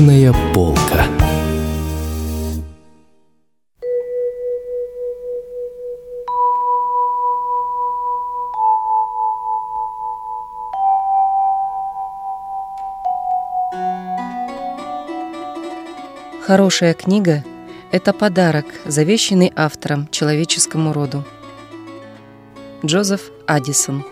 Книжная полка. Хорошая книга – это подарок, завещанный автором человеческому роду. Джозеф Аддисон.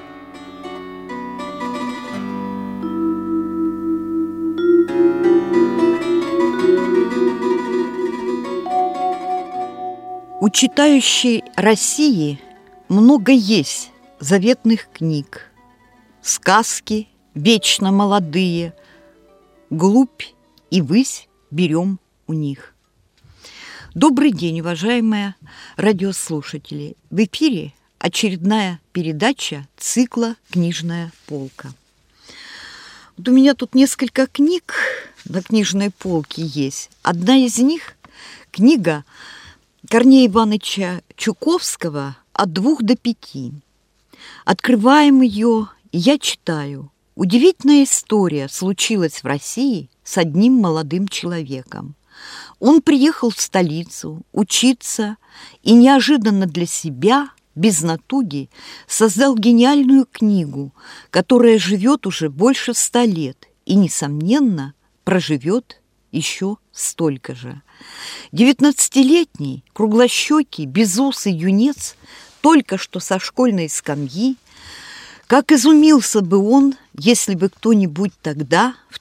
У читающей России много есть заветных книг. Сказки вечно молодые, глубь и высь берем у них. Добрый день, уважаемые радиослушатели! В эфире очередная передача цикла «Книжная полка». Вот у меня тут несколько книг на книжной полке есть. Одна из них – книга Корнея Ивановича Чуковского «От 2 до 5». Открываем ее, и я читаю. Удивительная история случилась в России с одним молодым человеком. Он приехал в столицу учиться и неожиданно для себя, без натуги, создал гениальную книгу, которая живет уже больше 100 лет и, несомненно, проживет еще столько же. 19-летний, круглощекий, безусый юнец, только что со школьной скамьи, как изумился бы он, если бы кто-нибудь тогда, в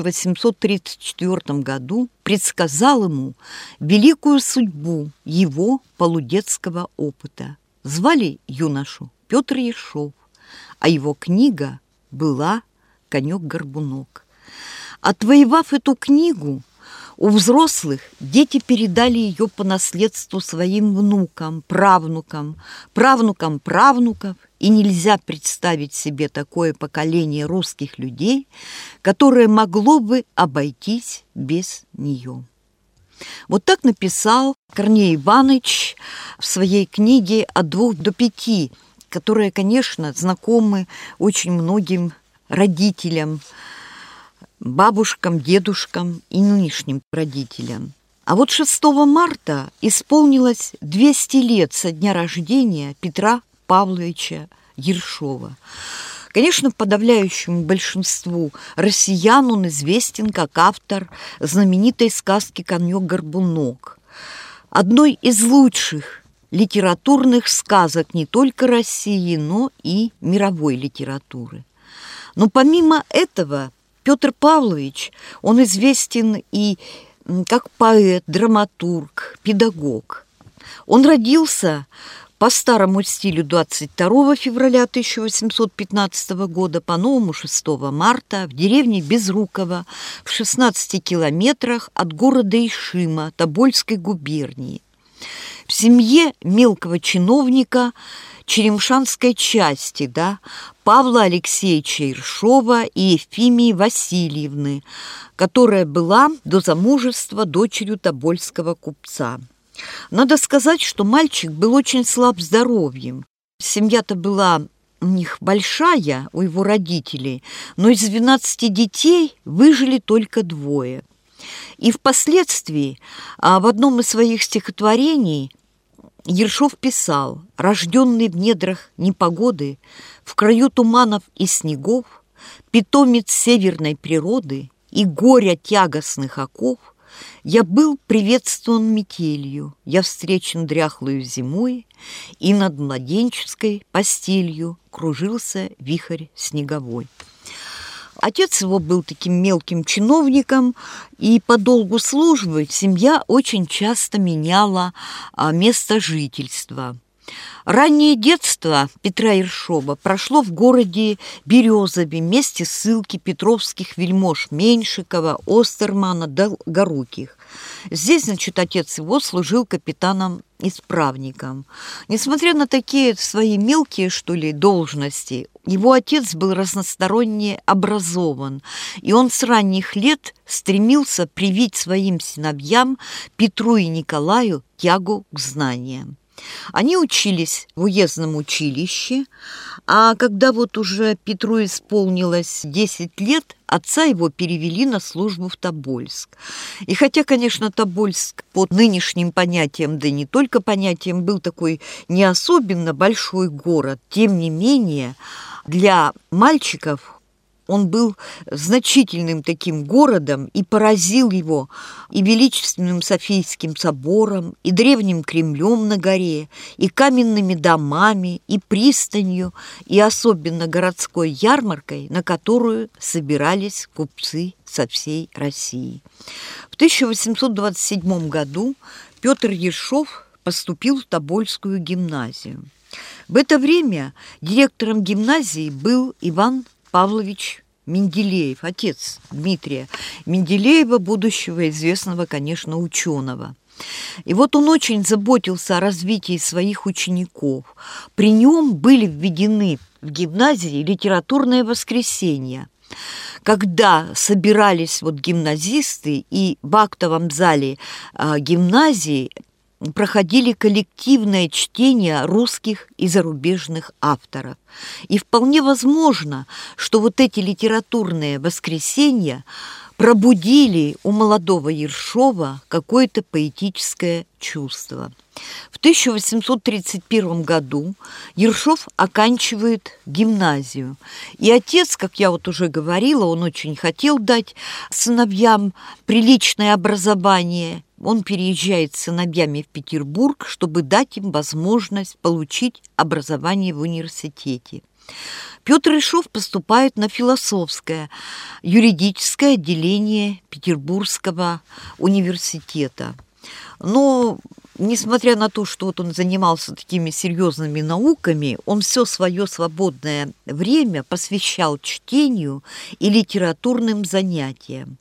1834 году, предсказал ему великую судьбу его полудетского опыта. Звали юношу Петр Ершов, а его книга была «Конек-горбунок». Отвоевав эту книгу, у взрослых дети передали ее по наследству своим внукам, правнукам, правнукам правнуков, и нельзя представить себе такое поколение русских людей, которое могло бы обойтись без нее. Вот так написал Корней Иванович в своей книге «От 2 до 5», которая, конечно, знакома очень многим родителям, бабушкам, дедушкам и нынешним родителям. А вот 6 марта исполнилось 200 лет со дня рождения Петра Павловича Ершова. Конечно, подавляющему большинству россиян он известен как автор знаменитой сказки «Конек-горбунок», одной из лучших литературных сказок не только России, но и мировой литературы. Но помимо этого Петр Павлович, он известен и как поэт, драматург, педагог. Он родился по старому стилю 22 февраля 1815 года, по новому 6 марта в деревне Безруково в 16 километрах от города Ишима Тобольской губернии. В семье мелкого чиновника Черемшанской части, Павла Алексеевича Ершова и Ефимии Васильевны, которая была до замужества дочерью тобольского купца. Надо сказать, что мальчик был очень слаб здоровьем. Семья-то была у них большая, у его родителей, но из 12 детей выжили только 2. И впоследствии в одном из своих стихотворений Ершов писал: «Рожденный в недрах непогоды, в краю туманов и снегов, питомец северной природы и горя тягостных оков, я был приветствован метелью, я встречен дряхлою зимой, и над младенческой постелью кружился вихрь снеговой». Отец его был таким мелким чиновником, и по долгу службы семья очень часто меняла место жительства. Раннее детство Петра Ершова прошло в городе Березове, месте ссылки петровских вельмож Меньшикова, Остермана, Долгоруких. Здесь, отец его служил капитаном-исправником. Несмотря на такие свои мелкие, должности, его отец был разносторонне образован, и он с ранних лет стремился привить своим сыновьям Петру и Николаю тягу к знаниям. Они учились в уездном училище, а когда вот уже Петру исполнилось 10 лет, отца его перевели на службу в Тобольск. И хотя, конечно, Тобольск по нынешним понятиям, да и не только понятиям, был такой не особенно большой город, тем не менее для мальчиков он был значительным таким городом и поразил его и величественным Софийским собором, и древним Кремлем на горе, и каменными домами, и пристанью, и особенно городской ярмаркой, на которую собирались купцы со всей России. В 1827 году Петр Ершов поступил в Тобольскую гимназию. В это время директором гимназии был Иван Павлович Менделеев, отец Дмитрия Менделеева, будущего известного, конечно, ученого. И вот он очень заботился о развитии своих учеников. При нем были введены в гимназии литературное воскресенье, когда собирались вот гимназисты, и в актовом зале гимназии проходили коллективное чтение русских и зарубежных авторов. И вполне возможно, что вот эти литературные воскресенья пробудили у молодого Ершова какое-то поэтическое чувство. В 1831 году Ершов оканчивает гимназию. И отец, как я вот уже говорила, он очень хотел дать сыновьям приличное образование. Он переезжает с сыновьями в Петербург, чтобы дать им возможность получить образование в университете. Петр Ершов поступает на философское, юридическое отделение Петербургского университета. Но, несмотря на то, что вот он занимался такими серьезными науками, он все свое свободное время посвящал чтению и литературным занятиям.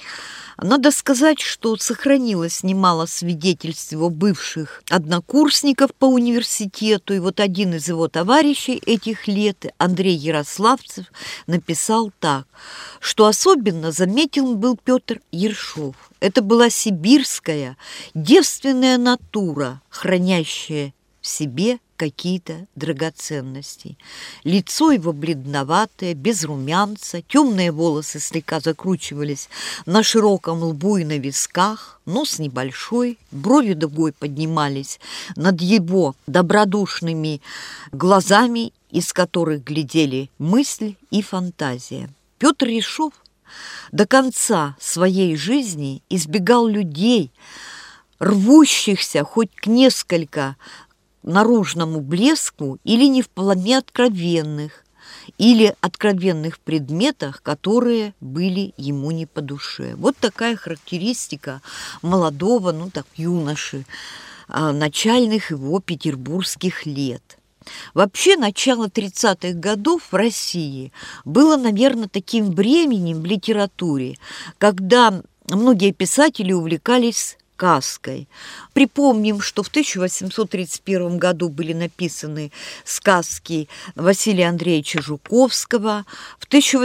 Надо сказать, что сохранилось немало свидетельств его бывших однокурсников по университету, и вот один из его товарищей этих лет, Андрей Ярославцев, написал так, что особенно заметен был Петр Ершов. Это была сибирская, девственная натура, хранящая в себе какие-то драгоценности. Лицо его бледноватое, без румянца, темные волосы слегка закручивались на широком лбу и на висках, нос небольшой, брови дугой поднимались над его добродушными глазами, из которых глядели мысль и фантазия. Петр Ершов до конца своей жизни избегал людей, рвущихся хоть к несколько наружному блеску или не вполне откровенных, или откровенных предметах, которые были ему не по душе. Вот такая характеристика молодого, юноши, начальных его петербургских лет. Вообще, начало 30-х годов в России было, наверное, таким временем в литературе, когда многие писатели увлекались сказкой. Припомним, что в 1831 году были написаны сказки Василия Андреевича Жуковского, в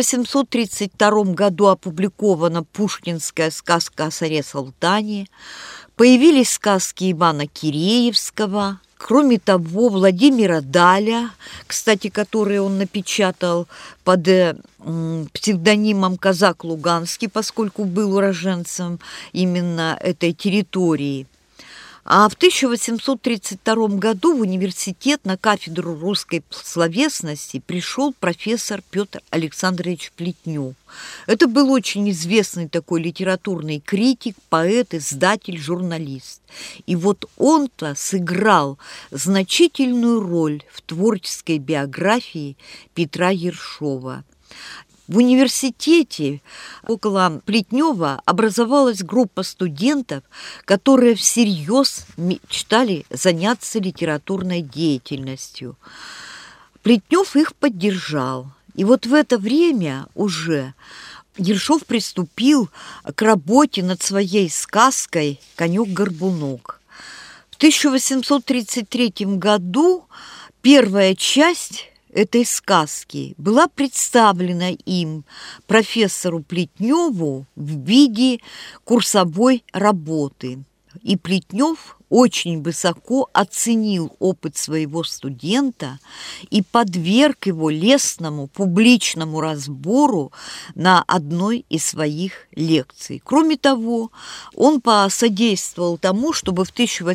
1832 году опубликована пушкинская сказка о царе Салтане, появились сказки Ивана Киреевского, кроме того, Владимира Даля, кстати, который он напечатал под псевдонимом Казак Луганский, поскольку был уроженцем именно этой территории. А в 1832 году в университет на кафедру русской словесности пришел профессор Петр Александрович Плетнев. Это был очень известный такой литературный критик, поэт, издатель, журналист. И вот он-то сыграл значительную роль в творческой биографии Петра Ершова. В университете около Плетнева образовалась группа студентов, которые всерьез мечтали заняться литературной деятельностью. Плетнев их поддержал. И вот в это время уже Ершов приступил к работе над своей сказкой «Конек-горбунок». В 1833 году первая часть этой сказки была представлена им, профессору Плетневу, в виде курсовой работы. И Плетнев очень высоко оценил опыт своего студента и подверг его лестному публичному разбору на одной из своих лекций. Кроме того, он посодействовал тому, чтобы в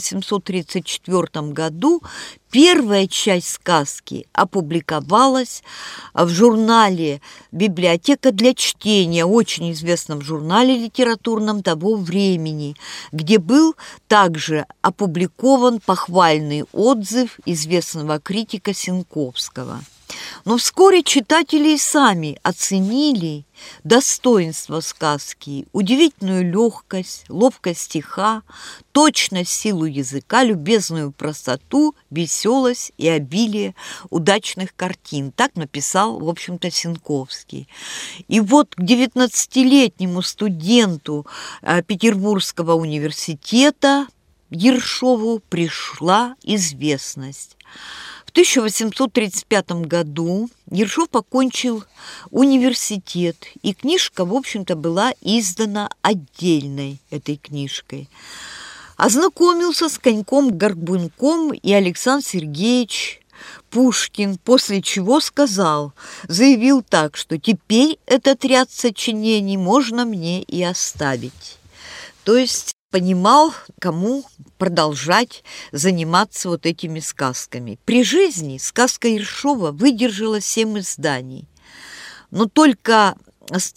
1834 году первая часть сказки опубликовалась в журнале «Библиотека для чтения», очень известном журнале литературном того времени, где был также опубликован похвальный отзыв известного критика Сенковского. Но вскоре читатели и сами оценили достоинство сказки, удивительную легкость, ловкость стиха, точность, силу языка, любезную простоту, веселость и обилие удачных картин. Так написал, в общем-то, Сенковский. И вот к 19-летнему студенту Петербургского университета Ершову пришла известность. В 1835 году Ершов окончил университет, и книжка, в общем-то, была издана отдельной этой книжкой. Ознакомился с Коньком-Горбунком и Александр Сергеевич Пушкин, после чего заявил так, что теперь этот ряд сочинений можно мне и оставить. То есть понимал, кому продолжать заниматься вот этими сказками. При жизни сказка Ершова выдержала 7 изданий, но только с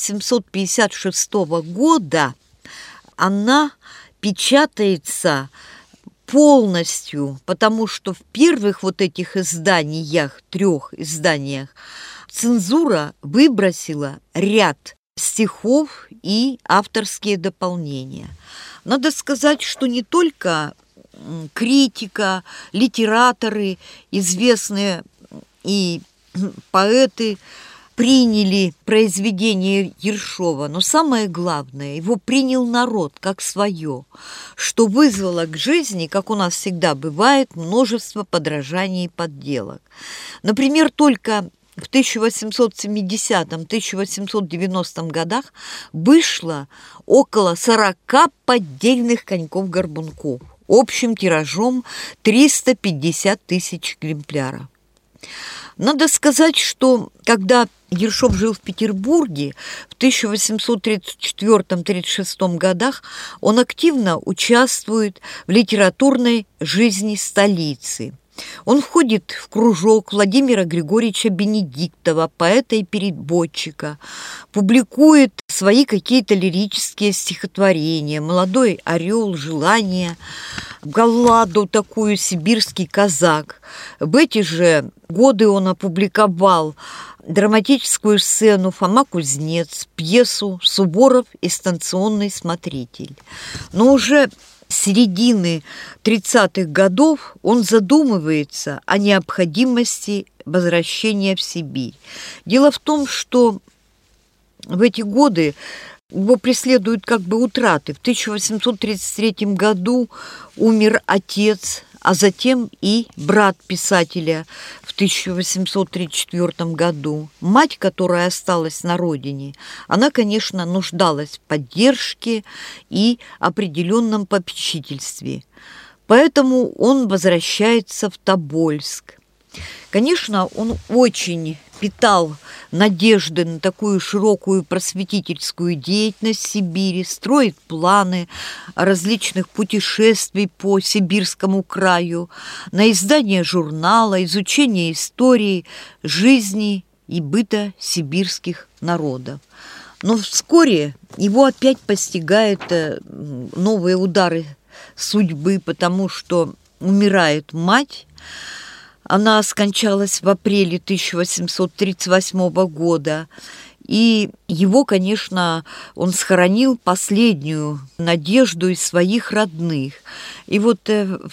1856 года она печатается полностью, потому что в первых вот этих изданиях, 3 изданиях, цензура выбросила ряд стихов и авторские дополнения. Надо сказать, что не только критика, литераторы, известные и поэты приняли произведение Ершова, но самое главное, его принял народ как свое, что вызвало к жизни, как у нас всегда бывает, множество подражаний и подделок. Например, только в 1870-1890 годах вышло около 40 поддельных коньков-горбунков, общим тиражом 350 тысяч экземпляров. Надо сказать, что когда Ершов жил в Петербурге в 1834-36 годах, он активно участвует в литературной жизни столицы. Он входит в кружок Владимира Григорьевича Бенедиктова, поэта и переводчика, публикует свои какие-то лирические стихотворения, «Молодой орел», «Желание», балладу такую «Сибирский казак». В эти же годы он опубликовал драматическую сцену «Фома Кузнец», пьесу «Суворов и станционный смотритель». Но уже с середины 30-х годов он задумывается о необходимости возвращения в Сибирь. Дело в том, что в эти годы его преследуют как бы утраты. В 1833 году умер отец, а затем и брат писателя в 1834 году. Мать, которая осталась на родине, она, конечно, нуждалась в поддержке и определенном попечительстве. Поэтому он возвращается в Тобольск. Конечно, он очень питал надежды на такую широкую просветительскую деятельность в Сибири, строит планы различных путешествий по сибирскому краю, на издание журнала, изучение истории, жизни и быта сибирских народов. Но вскоре его опять постигают новые удары судьбы, потому что умирает мать. Она скончалась в апреле 1838 года, и его, конечно, он схоронил последнюю надежду из своих родных. И вот в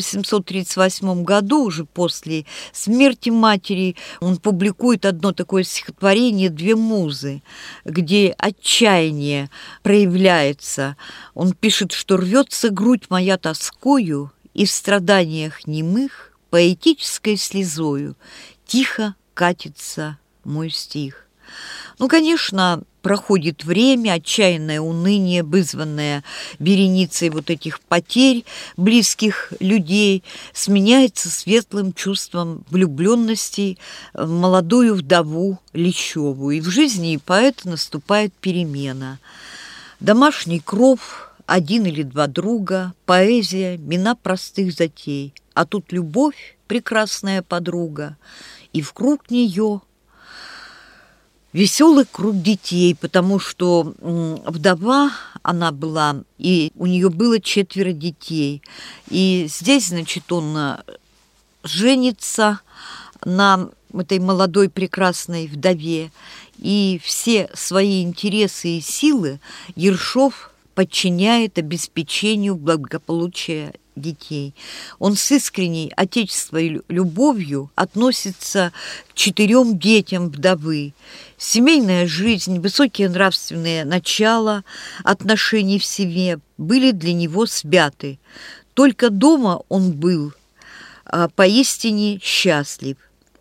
1838 году, уже после смерти матери, он публикует одно такое стихотворение «Две музы», где отчаяние проявляется. Он пишет, что «рвется грудь моя тоскою, и в страданиях немых поэтической слезою тихо катится мой стих». Ну, конечно, проходит время, отчаянное уныние, вызванное вереницей вот этих потерь близких людей, сменяется светлым чувством влюбленности в молодую вдову Лещеву. И в жизни поэта наступает перемена. Домашний кров, один или два друга, поэзия, мина простых затей. А тут любовь, прекрасная подруга, и в круг нее веселый круг детей, потому что вдова она была, и у нее было 4 детей. И здесь, значит, он женится на этой молодой прекрасной вдове, и все свои интересы и силы Ершов подчиняет обеспечению благополучия детей. Он с искренней отечественной любовью относится к 4 детям вдовы. Семейная жизнь, высокие нравственные начала отношений в семье были для него святы. Только дома он был поистине счастлив.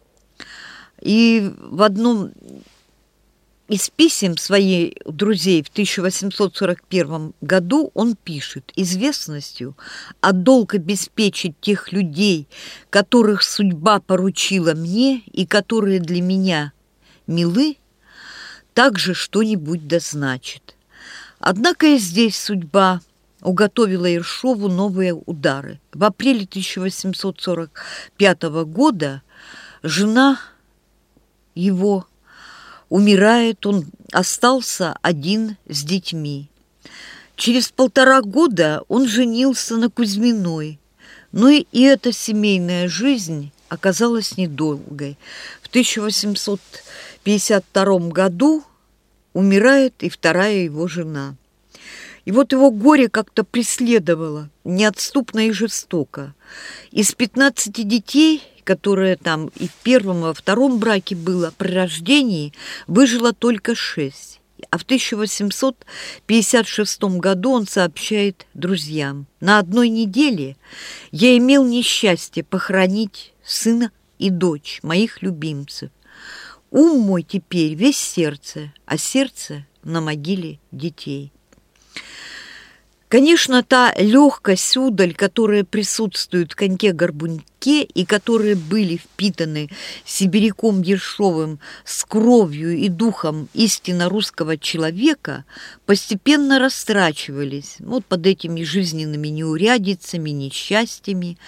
И в одном из писем своих друзей в 1841 году он пишет: «Известностью о долг обеспечить тех людей, которых судьба поручила мне и которые для меня милы, также что-нибудь да значит». Однако и здесь судьба уготовила Ершову новые удары. В апреле 1845 года жена его умирает, он остался один с детьми. Через 1,5 года он женился на Кузьминой, но и эта семейная жизнь оказалась недолгой. В 1852 году умирает и вторая его жена. И вот его горе как-то преследовало неотступно и жестоко. Из 15 детей, которые там и в первом, и во втором браке было, при рождении выжило только 6. А в 1856 году он сообщает друзьям: «На одной неделе я имел несчастье похоронить сына и дочь моих любимцев. Ум мой теперь весь сердце, а сердце на могиле детей». Конечно, та легкость, удаль, которая присутствует в коньке-горбунке и которые были впитаны сибиряком Ершовым с кровью и духом истинно русского человека, постепенно растрачивались вот под этими жизненными неурядицами, несчастьями.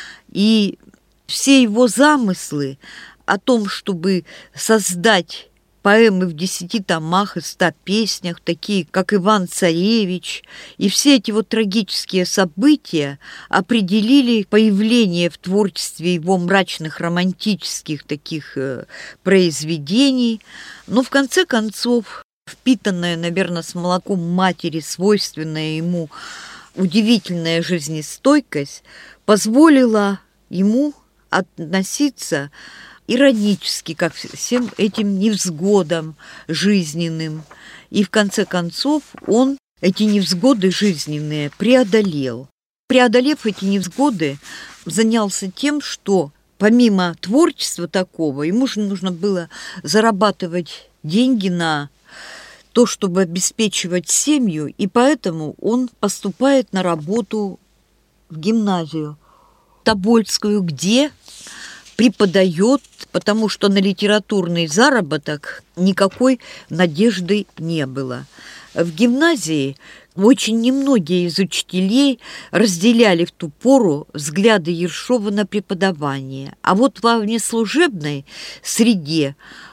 И все его замыслы о том, чтобы создать поэмы в 10 томах и 100 песнях, такие как «Иван-Царевич», и все эти вот трагические события определили появление в творчестве его мрачных романтических таких произведений. Но в конце концов, впитанная, наверное, с молоком матери, свойственная ему удивительная жизнестойкость, позволила ему относиться иронически ко всем этим невзгодам жизненным. И в конце концов он эти невзгоды жизненные преодолел. Преодолев эти невзгоды, занялся тем, что помимо творчества такого, ему же нужно было зарабатывать деньги на то, чтобы обеспечивать семью, и поэтому он поступает на работу в гимназию Тобольскую, где преподает, потому что на литературный заработок никакой надежды не было. В гимназии очень немногие из учителей разделяли в ту пору взгляды Ершова на преподавание. А вот во внеслужебной среде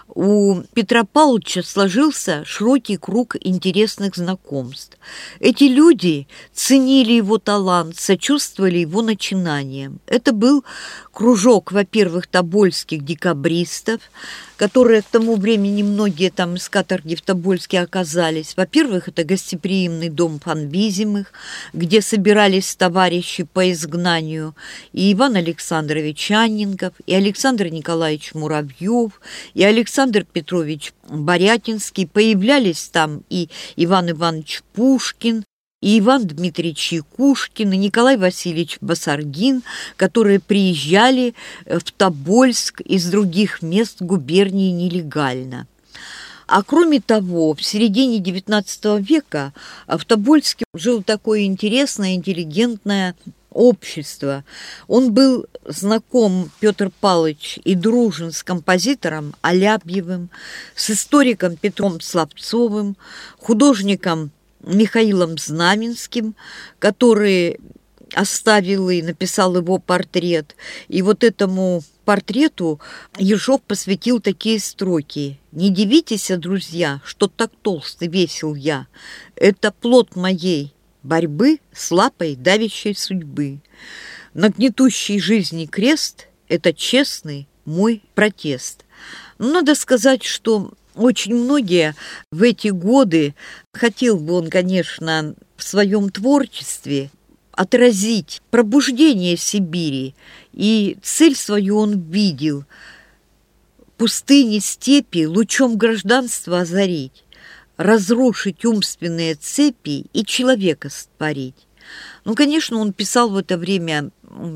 у Петра Павловича сложился широкий круг интересных знакомств. Эти люди ценили его талант, сочувствовали его начинаниям. Это был кружок, во-первых, тобольских декабристов, которые к тому времени многие там из каторги в Тобольске оказались. Во-первых, это гостеприимный дом Фанвизимых, где собирались товарищи по изгнанию, и Иван Александрович Анненков, и Александр Николаевич Муравьев, и Александр Петрович Борятинский. Появлялись там и Иван Иванович Пушкин, и Иван Дмитриевич Якушкин, и Николай Васильевич Басаргин, которые приезжали в Тобольск из других мест губернии нелегально. А кроме того, в середине XIX века в Тобольске жило такое интересное, интеллигентное общество. Он был знаком, Петр Павлович, и дружен с композитором Алябьевым, с историком Петром Славцовым, художником Михаилом Знаменским, который оставил и написал его портрет. И вот этому портрету Ершов посвятил такие строки: «Не дивитесь, друзья, что так толстый весел я. Это плод моей борьбы с лапой давящей судьбы. На гнетущей жизни крест — это честный мой протест». Но надо сказать, что очень многие в эти годы, хотел бы он, конечно, в своем творчестве отразить пробуждение Сибири, и цель свою он видел — пустыни, степи лучом гражданства озарить, разрушить умственные цепи и человека сотворить. Ну, конечно, он писал в это время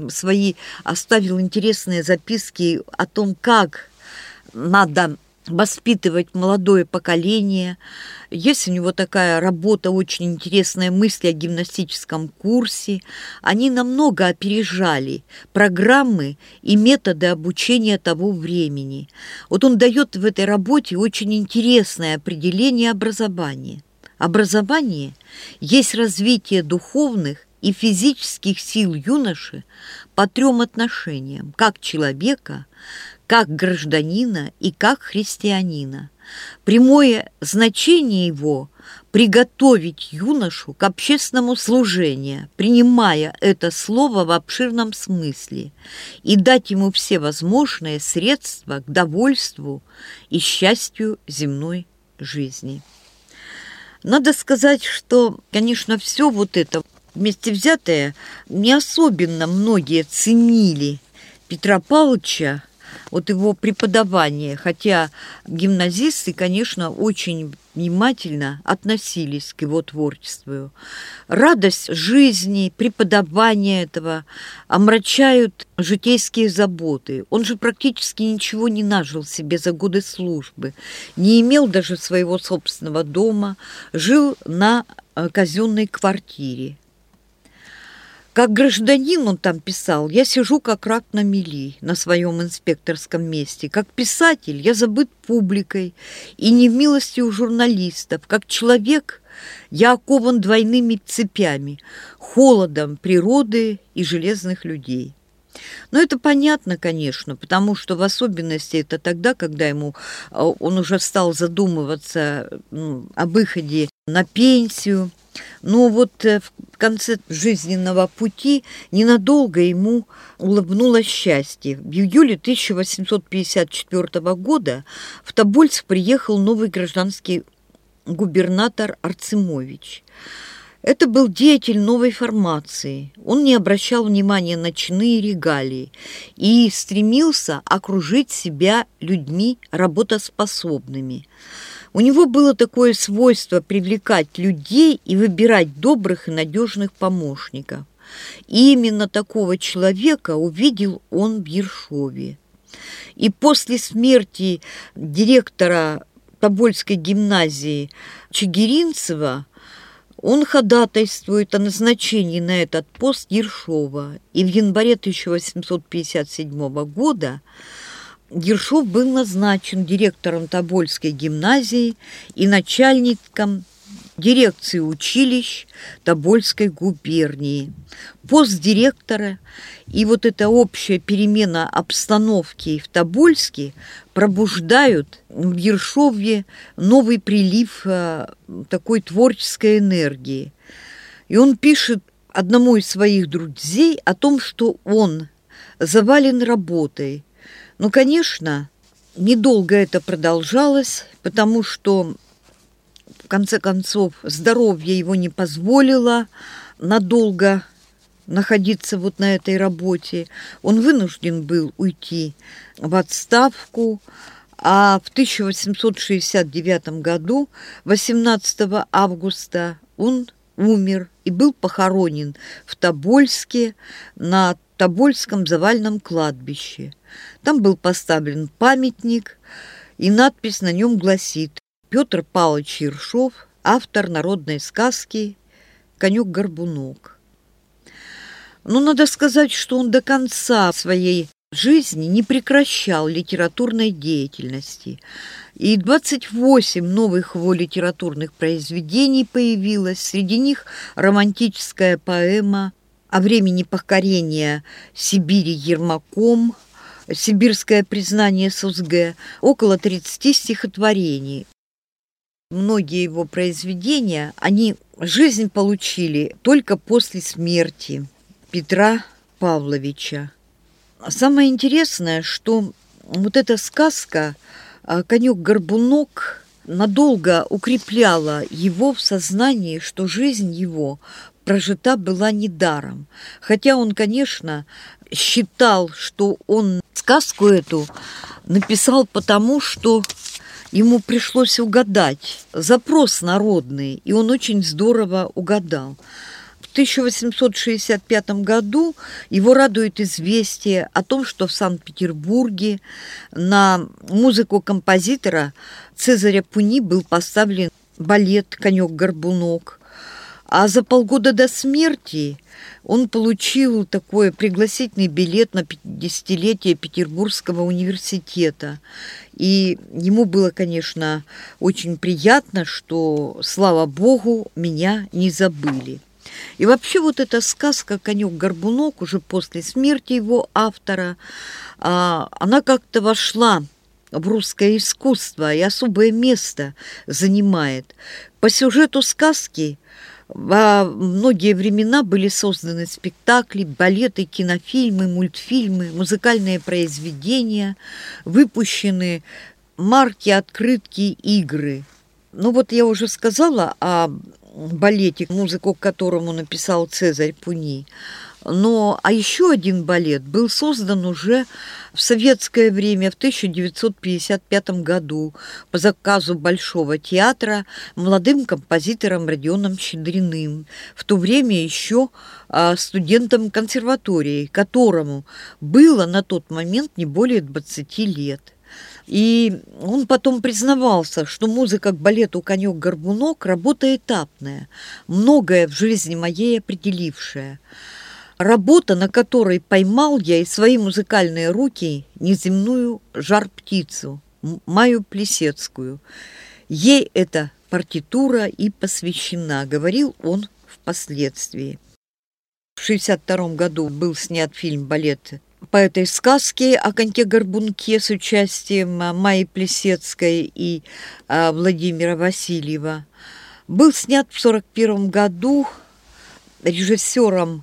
оставил интересные записки о том, как надо воспитывать молодое поколение. Есть у него такая работа, очень интересная мысль о гимнастическом курсе. Они намного опережали программы и методы обучения того времени. Вот он дает в этой работе очень интересное определение образования. Образование есть развитие духовных и физических сил юноши по 3 отношениям: как человека, как гражданина и как христианина. Прямое значение его – приготовить юношу к общественному служению, принимая это слово в обширном смысле, и дать ему все возможные средства к довольству и счастью земной жизни. Надо сказать, что, конечно, все вот это вместе взятое не особенно многие ценили Петра Павловича, вот его преподавание, хотя гимназисты, конечно, очень внимательно относились к его творчеству. Радость жизни, преподавание этого омрачают житейские заботы. Он же практически ничего не нажил себе за годы службы, не имел даже своего собственного дома, жил на казенной квартире. Как гражданин, он там писал, я сижу как рак на мели на своем инспекторском месте. Как писатель я забыт публикой и не в милости у журналистов. Как человек я окован двойными цепями, холодом природы и железных людей. Но это понятно, конечно, потому что в особенности это тогда, когда он уже стал задумываться о выходе на пенсию. Но вот в конце жизненного пути ненадолго ему улыбнулось счастье. В июле 1854 года в Тобольск приехал новый гражданский губернатор Арцемович. Это был деятель новой формации. Он не обращал внимания на чины и регалии и стремился окружить себя людьми работоспособными. У него было такое свойство привлекать людей и выбирать добрых и надежных помощников. И именно такого человека увидел он в Ершове. И после смерти директора Тобольской гимназии Чигиринцева он ходатайствует о назначении на этот пост Ершова. И в январе 1857 года Ершов был назначен директором Тобольской гимназии и начальником дирекции училищ Тобольской губернии. Пост директора и вот эта общая перемена обстановки в Тобольске пробуждают в Ершове новый прилив такой творческой энергии. И он пишет одному из своих друзей о том, что он завален работой. Ну, конечно, недолго это продолжалось, потому что, в конце концов, здоровье его не позволило надолго находиться вот на этой работе. Он вынужден был уйти в отставку, а в 1869 году, 18 августа, он умер и был похоронен в Тобольске на Тобольском завальном кладбище. Там был поставлен памятник, и надпись на нем гласит: Петр Павлович Ершов, автор народной сказки «Конек-горбунок». Но надо сказать, что он до конца своей жизни не прекращал литературной деятельности. И 28 новых его литературных произведений появилось. Среди них романтическая поэма о времени покорения Сибири Ермаком, «Сибирское признание Сузге», около 30 стихотворений. Многие его произведения, они жизнь получили только после смерти Петра Павловича. Самое интересное, что вот эта сказка «Конек-горбунок» надолго укрепляла его в сознании, что жизнь его прожита была недаром. Хотя он, конечно, считал, что он сказку эту написал потому, что ему пришлось угадать запрос народный, и он очень здорово угадал. В 1865 году его радует известие о том, что в Санкт-Петербурге на музыку композитора Цезаря Пуни был поставлен балет «Конек-горбунок». А за полгода до смерти он получил такой пригласительный билет на 50-летие Петербургского университета. И ему было, конечно, очень приятно, что, слава богу, меня не забыли. И вообще вот эта сказка «Конек-горбунок» уже после смерти его автора, она как-то вошла в русское искусство и особое место занимает. По сюжету сказки во многие времена были созданы спектакли, балеты, кинофильмы, мультфильмы, музыкальные произведения, выпущены марки, открытки, игры. Ну вот я уже сказала о балете, музыку к которому написал Цезарь Пуни. А еще один балет был создан уже в советское время, в 1955 году, по заказу Большого театра молодым композитором Родионом Щедриным, в то время еще студентом консерватории, которому было на тот момент не более 20 лет. И он потом признавался, что музыка к балету «Конек-горбунок» – работа этапная, многое в жизни моей определившая. Работа, на которой поймал я из своей музыкальные руки неземную жар-птицу Маю Плесецкую. Ей эта партитура и посвящена, говорил он впоследствии. В 1962 году был снят фильм-балет по этой сказке о коньке-горбунке с участием Майи Плесецкой и Владимира Васильева. Был снят в 1941 году режиссером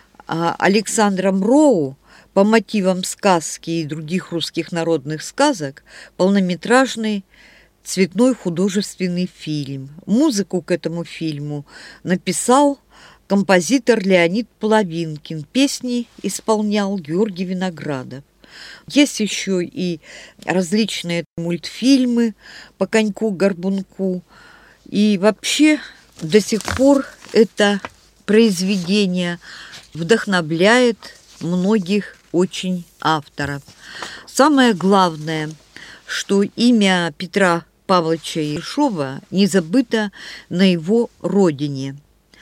Александром Роу по мотивам сказки и других русских народных сказок полнометражный цветной художественный фильм. Музыку к этому фильму написал композитор Леонид Половинкин, песни исполнял Георгий Виноградов. Есть еще и различные мультфильмы по коньку-горбунку. И вообще до сих пор это произведение вдохновляет многих очень авторов. Самое главное, что имя Петра Павловича Ершова не забыто на его родине.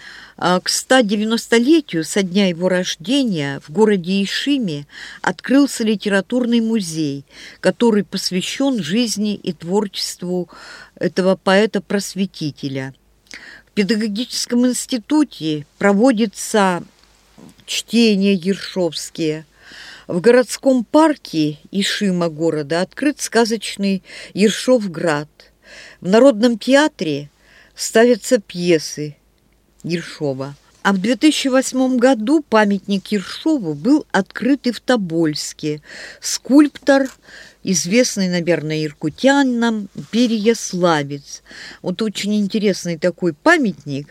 К 190-летию со дня его рождения в городе Ишиме открылся литературный музей, который посвящен жизни и творчеству этого поэта-просветителя. В педагогическом институте проводятся чтения ершовские. В городском парке Ишима города открыт сказочный Ершовград. В Народном театре ставятся пьесы Ершова. А в 2008 году памятник Ершову был открыт и в Тобольске. Скульптор, известный, наверное, иркутянам, Переяславец. Вот очень интересный такой памятник,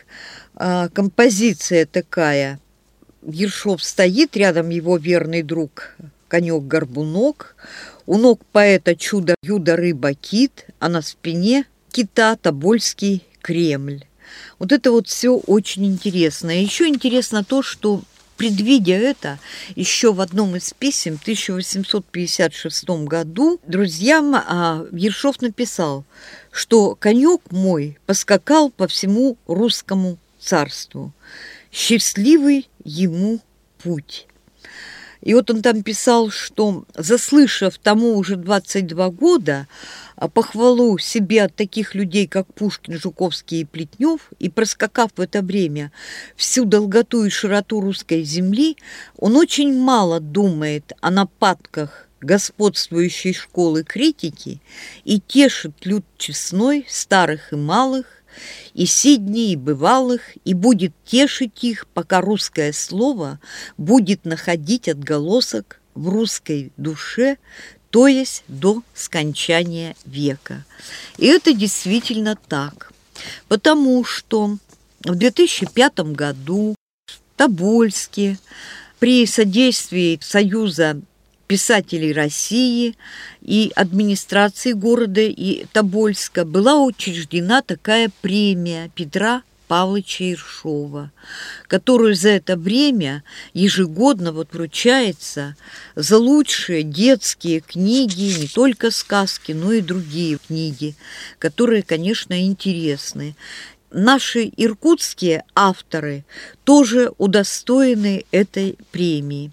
композиция такая. Ершов стоит, рядом его верный друг конек-горбунок, у ног поэта чудо-юдо-рыба-кит, а на спине кита Тобольский Кремль. Вот это вот все очень интересно. Еще интересно то, что Предвидя это, еще в одном из писем в 1856 году друзьям Ершов написал, что конек мой поскакал по всему русскому царству. Счастливый ему путь. И вот он там писал, что, заслышав тому уже 22 года похвалу себе от таких людей, как Пушкин, Жуковский и Плетнев, и проскакав в это время всю долготу и широту русской земли, он очень мало думает о нападках господствующей школы критики и тешит люд честной, старых и малых, и сидней, и бывалых, и будет тешить их, пока русское слово будет находить отголосок в русской душе, то есть до скончания века. И это действительно так, потому что в 2005 году в Тобольске при содействии Союза писателей России и администрации города и Тобольска была учреждена такая премия Петра Павловича Ершова, которую за это время ежегодно вручается за лучшие детские книги, не только сказки, но и другие книги, которые, конечно, интересны. Наши иркутские авторы тоже удостоены этой премии.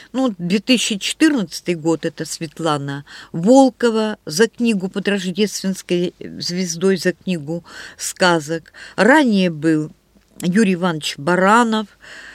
2014 год – это Светлана Волкова за книгу «Под рождественской звездой», за книгу сказок. Ранее был Юрий Иванович Баранов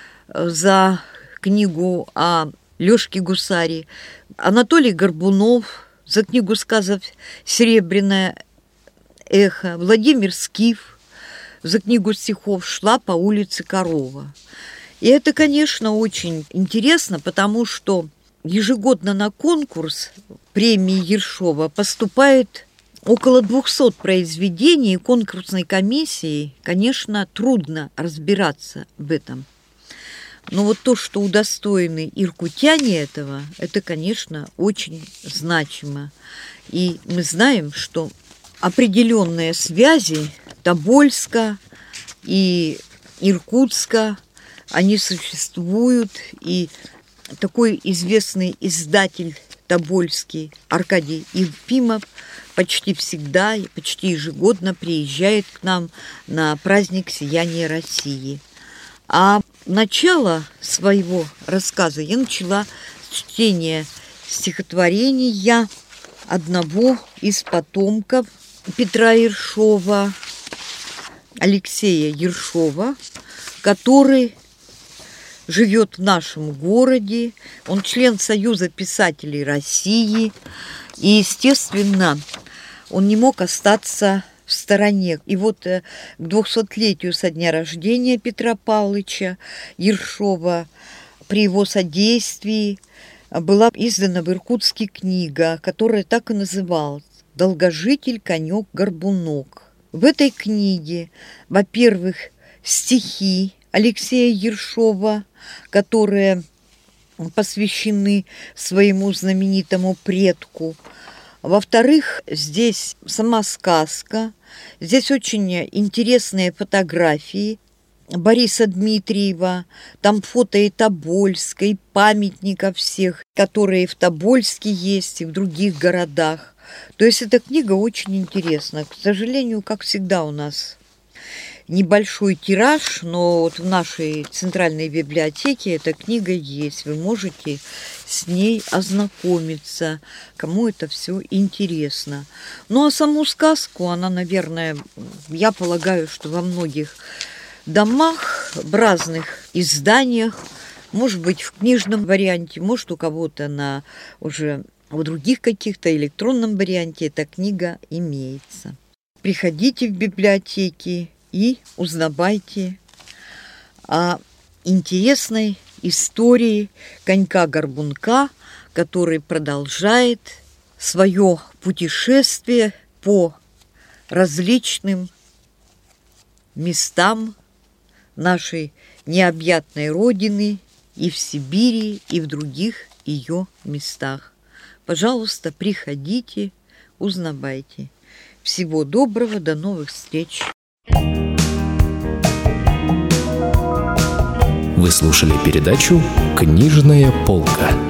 за книгу о Лёшке Гусаре, Анатолий Горбунов за книгу сказок «Серебряное эхо», Владимир Скиф за книгу стихов «Шла по улице корова». И это, конечно, очень интересно, потому что ежегодно на конкурс премии Ершова поступает около 200 произведений, и конкурсной комиссии, конечно, трудно разбираться в этом. Но то, что удостоены иркутяне этого, это, конечно, очень значимо. И мы знаем, что определенные связи Тобольска и Иркутска, они существуют, и такой известный издатель тобольский Аркадий Евпимов почти всегда, почти ежегодно приезжает к нам на праздник «Сияние России». А начало своего рассказа я начала с чтения стихотворения одного из потомков Петра Ершова, Алексея Ершова, который живет в нашем городе, он член Союза писателей России, и, естественно, он не мог остаться в стороне. И к 200-летию со дня рождения Петра Павловича Ершова при его содействии была издана в Иркутске книга, которая так и называлась «Долгожитель, конек, горбунок». В этой книге, во-первых, стихи Алексея Ершова, которые посвящены своему знаменитому предку. Во-вторых, здесь сама сказка, здесь очень интересные фотографии Бориса Дмитриева, там фото и Тобольска, и памятников всех, которые в Тобольске есть, и в других городах. То есть эта книга очень интересна. К сожалению, как всегда у нас небольшой тираж, но в нашей центральной библиотеке эта книга есть. Вы можете с ней ознакомиться, кому это все интересно. А саму сказку, она, наверное, я полагаю, что во многих домах, в разных изданиях, может быть, в книжном варианте, может, у кого-то уже в других каких-то электронном варианте эта книга имеется. Приходите в библиотеки и узнавайте о интересной истории конька-горбунка, который продолжает свое путешествие по различным местам нашей необъятной Родины и в Сибири, и в других ее местах. Пожалуйста, приходите, узнавайте. Всего доброго, до новых встреч! Вы слушали передачу «Книжная полка».